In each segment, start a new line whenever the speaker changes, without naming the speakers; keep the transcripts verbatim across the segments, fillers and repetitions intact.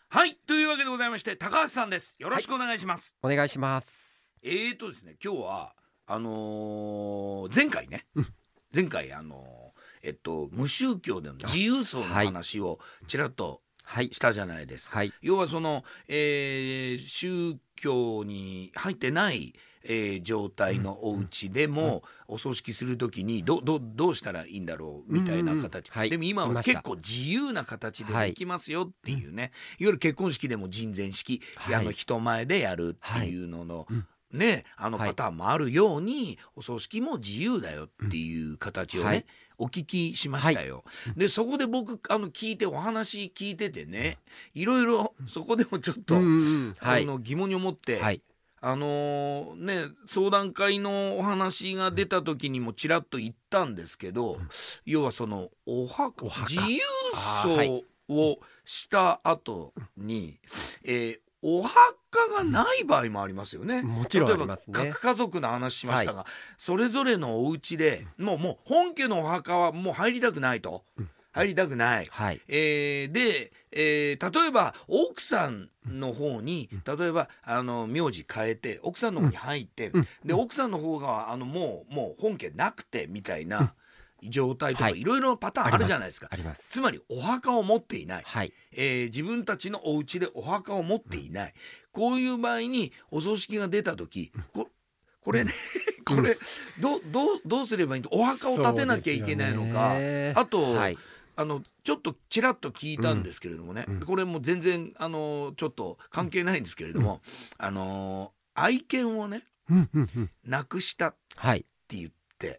はい、というわけでございまして、高橋さんです。よろしくお願いします。
お願いします。
えーとですね、今日はあのー前回ね、
うん
前回あのーえっと無宗教での自由層の
はい
話をちらっと
はい
したじゃないですか。
はい
要はその、えー宗教に入ってない、えー状態のお家でも、お葬式するときにどどどうしたらいいんだろうみたいな
うんうん
形、
はい
でも今
聞きました
は結構自由な形でできますよっていうね、い、わゆる結婚式でも人前式、
はい
あの人前でやるっていうのの、
うん
ね、あの
はい
パターンもあるように、お葬式も自由だよっていう形をね、
はい
お聞きしましたよ。でそこで僕あの聞いてお話聞いててね、いろいろそこでもちょっと、
うんうんうんはい
あの疑問に思って、
はい
あのーね、相談会のお話が出た時にもちらっと言ったんですけど、要はそのお墓
お墓
自由
あーはい
葬をした後に、えーお墓がない場合もありますよね。
もちろんありますね
例えば核家族の話しましたが、それぞれのお家でもうもう本家のお墓はもう入りたくないと、
うん
入りたくない、
はい
えーで、えー例えば奥さんの方に、例えばあの名字変えて奥さんの方に入って、
うん
で奥さんの方があのもうもう本家なくてみたいな状態とか、
はい
いろいろなパターンあるじゃないですか。
あります
つまりお墓を持っていない、
はい
えー自分たちのお家でお墓を持っていない、こういう場合にお葬式が出た時、ここれね、これどどうどうすればいいの、お墓を建てなきゃいけないのか、
そうですよね
あと、
はい
あのちょっとちらっと聞いたんですけれどもね、
うんうん
これも全然あのちょっと関係ないんですけれども、あの愛犬をね
うんうんうん
亡くしたっ
はい
て言って、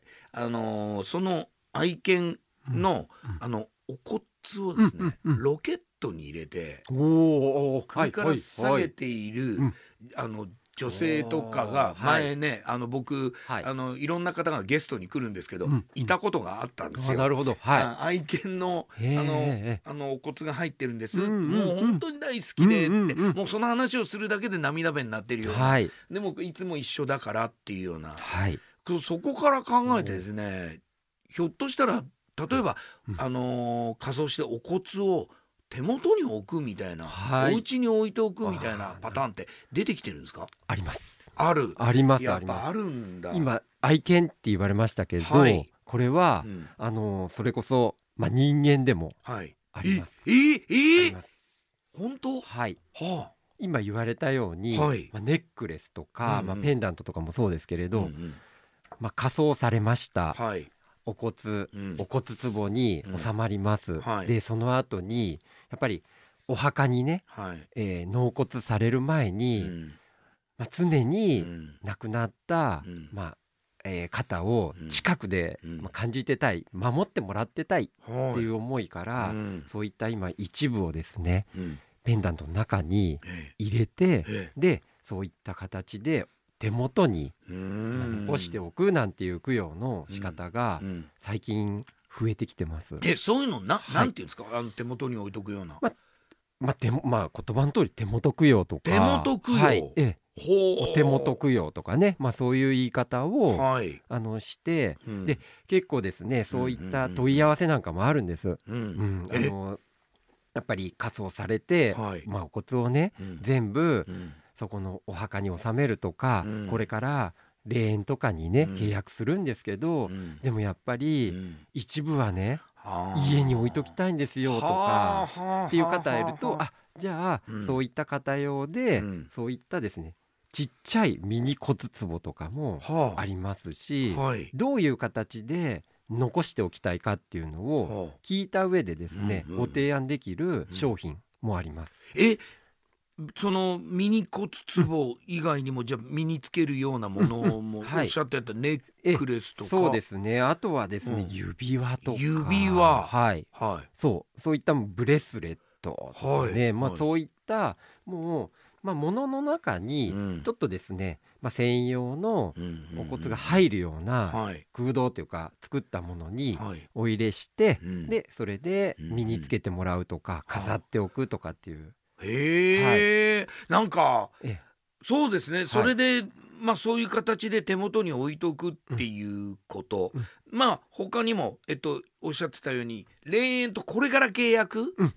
あのその愛犬の、
うん
あのお骨をですね、
うんうんうん
ロケットに入れて
おお
首から下げている、
うん
あの女性とかが前ね、あの僕、
はい
あのいろんな方がゲストに来るんですけど、
うん
いたことがあったんですよ。
あなるほどはい
あ愛犬のあ
へー
の
へ
あのお骨が入ってるんです、
うんうんうん
もう本当に大好きでって、
うんうんうん
もうその話をするだけで涙目になってるような、
はい
でもいつも一緒だからっていうような、
はい
そこから考えてですね、ひょっとしたら例えば、
うん
あのー仮装してお骨を手元に置くみたいな、
はい
お家に置いておくみたいな
あー
パターンって出てきてるんですか？
あります
ある。
あります
や
あります
っぱあるんだ。
今愛犬って言われましたけど、
はい
これは、
うん
あのそれこそ、まあ、人間でも
はい。
あります
えええ
あ
え
ります
本当？
はい
は
今言われたように、
はい
まあ、ネックレスとか、
うんうん
まあ、ペンダントとかもそうですけれ
あ。
ど、
うんうん
まあ、仮装されました
はい。
お骨、
うん
お骨壺に収まります、
んはい
でその後にやっぱりお墓にね、
はい。
えー納骨される前に、
うん
まあ、常
う
に
ん
亡くなった、
うん
まあえー方を近くで、
うん
まあ、感じてたい、守ってもらってたいっ
はい。
ていう思いから、
うん
そういった今一部をですね
うん
ペンダントの中に
え
入れて、
ええ
でそういった形で手元に、
えう
まあ
ん
残しておくなんていう供養の仕方が
うん
最近増えてきてます。
えそういうのな、
はい
なんていうんですか、あの手元に置いとくような、
ままあ手もまあ、言葉の通り手元供養とか
手元供養
はいええ
ほう
お手元供養とかね、まあ、そういう言い方を、
はい、
あのして
うん
で結構ですねそういった問い合わせなんかもあるんです。
う
うんんあ
え
のやっぱり仮装されて、
はい
まあ、お骨をね
うん
全部
うん
そこのお墓に納めるとか、
うん
これから霊園とかにね、
うん
契約するんですけど、
うん
でもやっぱり、
うん
一部はね
はあ
家に置いときたいんですよとか
か
っていう方いると、
あ
あじゃあ、
うん
そういった方用で、
うん
そういったですねちっちゃいミニ骨壺とかも
は
ありますし、
はい
どういう形で残しておきたいかっていうのを
はあ
聞いた上でですね、
うんうん
ご提案できる商品もあります。
えそのミニ骨壺以外にもじゃあ身につけるようなものもお
はい
っしゃってたネ
え
ックレスとか
そうですね。あとはですね、
うん
指輪とか
指輪
はい
はい
そうそういったブレスレットとかね、まあ、
はいはい
そういったもう、まあ、物の中に
うん
ちょっとですね、まあ、専用の
うん
お骨が入るような
はい
空洞というか作ったものに
はい
お入れして、
うん
でそれで
うん
身につけてもらうとか飾っておくとかっていう、
へえ、なんか
え
そうですね、それで、まあそういう形で手元に置いとくっていうこと、
うん
まあ他にも、えっと、おっしゃってたように霊園とこれから契約
うんうん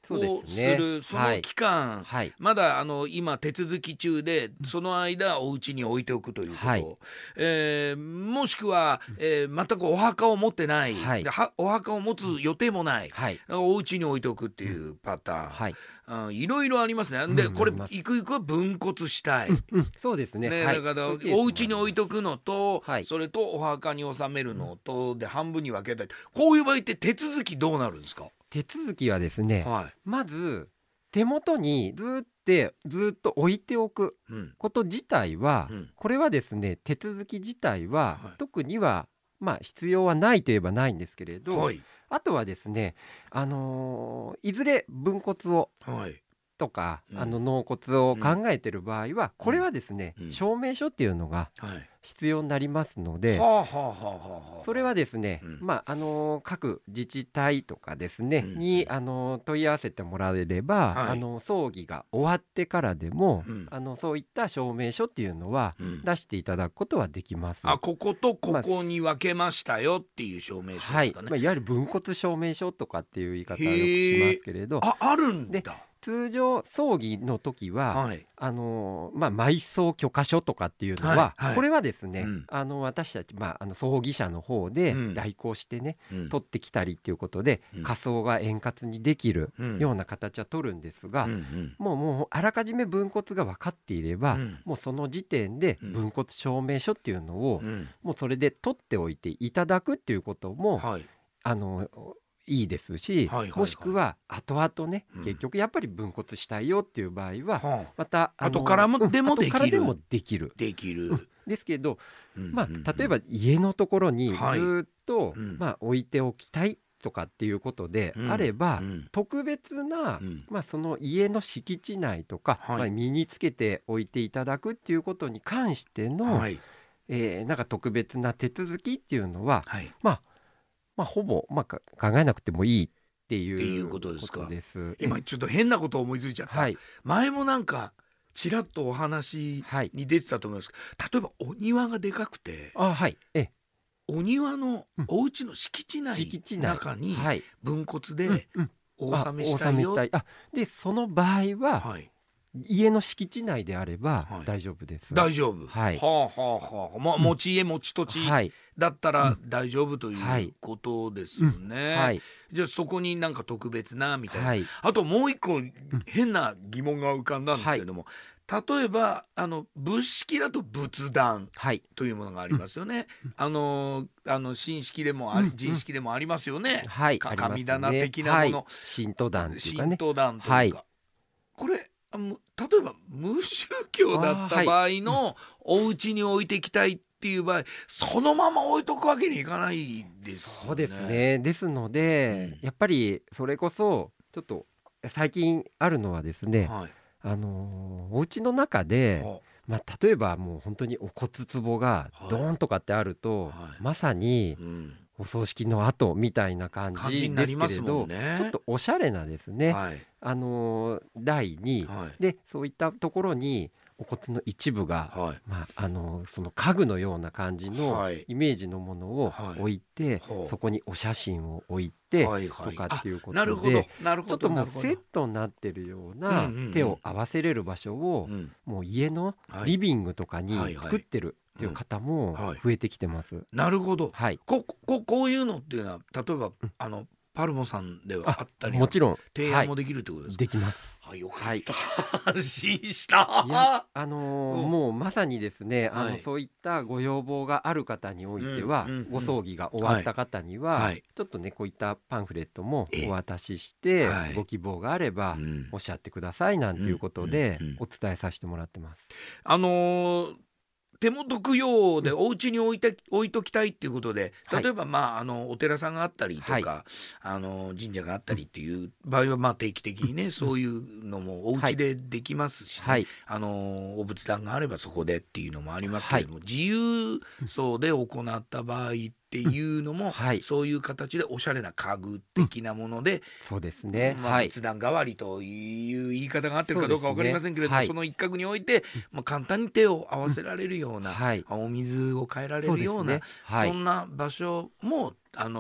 そうで
をす
すね
るその
はい
期間、
はい
まだあの今手続き中でその間お家に置いておくということ、
はい
えーもしくは、えー全くお墓を持ってない、
はい
ではお墓を持つ予定もない、
はい
お家に置いておくっていうパターン、
はい
あいろいろありますね。で
うん
これ
あります
いくいくは分骨したい、
うんそうですね
ね、
はい
だから
そういうケースも
お家に置いとくのと、
はい
それとお墓に納めるのとで半分に分けたい。こういう場合って手続きどうなるんですか？
手続きはですね
はい、
まず手元にずーってずーっと置いておく
うん
こと自体は、
うん
これはですね手続き自体は、
はい
特にはまあ必要はないといえばないんですけれど、
はい
あとはですねあのーいずれ分骨を
はい
とか、
うん
あの納骨を考えている場合は、これはですね、
うん
証明書っていうのが
はい
必要になりますので、
はあはあはあはあはあ
それはですね、
うん
まああのー各自治体とかですね、
うん
にあのー問い合わせてもらえれば、
はい
あの葬儀が終わってからでも、
うん
あのそういった証明書っていうのは
うん
出していただくことはできます。
あこことここに分けましたよっていう証明書
はい、
ですかね、
まあ、いわゆる分骨証明書とかっていう言い方はよくしますけれど、
ああるんだ
で通常葬儀の時は、
はい
あのーまあ、埋葬許可書とかっていうのは、
はいはい
これはですね、
うん
あの私たち、まあ、あの葬儀社の方で
うん
代行してね、
うん
取ってきたりっていうことで、
うん
火葬が円滑にできる
うん
ような形は取るんですが、
うんうん
もうもうあらかじめ分骨が分かっていれば、
うん
もうその時点で
うん
分骨証明書っていうのを、
うん
もうそれで取っておいていただくっていうことも、
はい
あのいいですし、
はいはいはい
もしくは後々ね、
うん
結局やっぱり分骨したいよっていう場合は、
はあ
またあの
後からも
うん
でもできる
後からでもできる
できる、
うんですけど、ま
うんうんうん
あ例えば家のところにず
はい
ーっと、
うん
まあ置いておきたいとかっていうことで
うん
あれば、
うん
特別な、
うん
まあその家の敷地内とか、
はい
まあ身につけておいていただくっていうことに関しての、
はい
えーなんか特別な手続きっていうのは、
はい
まあ、まあほぼ、まあ、か考えなくてもいいっていう
っていうことですか
ことです
今ちょっと変なこと思いついちゃった、
はい
前もなんかちらっとお話
はい
に出てたと思いますけど、例えばお庭がでかくて
あはいえ
お庭の
うん
お家の敷地内
敷地内
中に
はい
分骨
うん
で
うん
お納め
あ
したいよ、
お納めしたいあでその場合は、
はい
家の敷地内であれば
はい
大丈夫です、
大丈夫、
はい
はあはあはあ、まあ、
うん
持ち家持ち土地
はい
だったら大丈夫とい
はいう
ことですよね、
はい
じゃあそこになんか特別なみたいな、
はい
あともう一個変な疑問が浮かんだんですけれども、例えばあの仏式だと仏壇
はい
というものがありますよね、あのあの神式でもあり、
うん
神式でもありますよね、か
はいありますね
神棚的なもの、
はい、神道壇っていうかね
神道壇というか、
はい
これあの例えば無宗教だった場合のお家に置いていきたいっていう場合、そのまま置いとくわけにいかないですよね。
そうですねですので、
うん
やっぱりそれこそちょっと最近あるのはですね、
はい
あのーお家の中で、
は
まあ、例えばもう本当にお骨壺が
はい
ドーンとかってあると、
はい
まさに
うん
お葬式の後みたいな感
感じ
じ
になります
ですけれど、
もんね。
ちょっとおしゃれなですね、
はい
あのー台に、
はい
でそういったところにお骨の一部が、
はい
まああのーその家具のような感じの
はい
イメージのものを
はい
置いて、
ほう
そこにお写真を置いて、
はいはい
とかっていうことで
あなるほどなるほ
ちょっともう
どなるほど
セットになってるような
うんうんうん
手を合わせれる場所を
うん
もう家の
はい
リビングとかに
はいはい
作ってるっていう方も
うんはい
増えてきてます。
なるほど。
はい。
こここういうのっていうのは例えば、
うん
あのパルモさんではあ
あ
ったり
もちろん
提案もできるってことですか。
できます。
はい、よか
はい
った。安心した。
いやあのー
うん
もうまさにですね、あ
はい
のそういったご要望がある方においては、
うんうんうん
ご葬儀が終わった方には、
はい
ちょっとねこういったパンフレットも
ええ
お渡しして、
はい
ご希望があれば
うん
おっしゃってくださいなんていうことで
うんうんうん
お伝えさせてもらってます。
あのー手元供養でお家に置いて置いときたいっていうことで、
はい
例えばまああのお寺さんがあったりとか、
はい
あの神社があったりっていう場合はまあ定期的にね、そういうのもお家でできますしね、
はい
あのお仏壇があればそこでっていうのもありますけれども、自由葬で行った場合っていうのも、
はい
そういう形でおしゃれな家具的なもので、
そうですね。
まあ、
はい。
仏壇代わりという言い方があってるかどうか分かりませんけれども、
そうですねはい
その一角において、まあ、簡単に手を合わせられるような、
はい。
お水を変えられ
そうです
るような
ね。はい
そ。んな場所もあの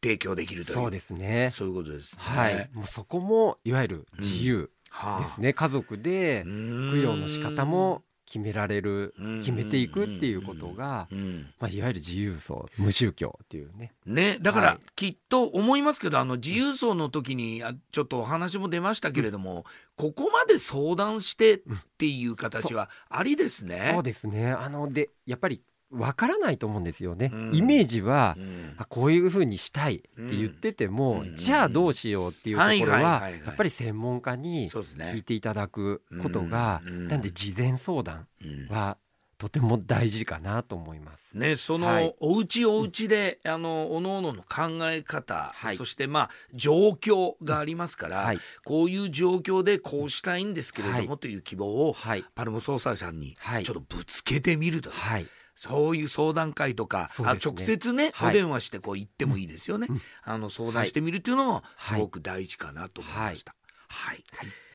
提供できるという、
そうですね。
そういうことですね。
はい、もうそこもいわゆる自由
はあ
ですね。家族で
うーん
供養の仕方も決められる、
うん
決めていくっていうことが、
うんうん
まあ、いわゆる自由層無宗教っていうね。
ね、だか
はい
らきっと思いますけど、あの自由層の時にあちょっとお話も出ましたけれども、ここまで相談してっていう形はありですね。
そうですね。あのでやっぱりわからないと思うんですよね。
うん
イメージは、
うん
あこういうふうにしたいって言ってても、
うん
じゃあどうしようっていうところ
はいはい
は
はいはい
やっぱり専門家に
そうですね
聞いていただくことが、
うん
なんで事前相談
うん
はとても大事かなと思います。
ね、その、
はい
おうちおうちで、あのおのおのの考え方、
はい
そしてまあ状況がありますから、
はい
こういう状況でこうしたいんですけれども、
はい
という希望を、
はい
パルモ総裁さんに
はい
ちょっとぶつけてみるという、
はい
そういう相談会とか、あ
そうですね
直接ね、
はい
お電話してこう言ってもいいですよね、
うん
あの相談してみるっていうのもす
はい
ごく大事かなと思いました。はい、
はい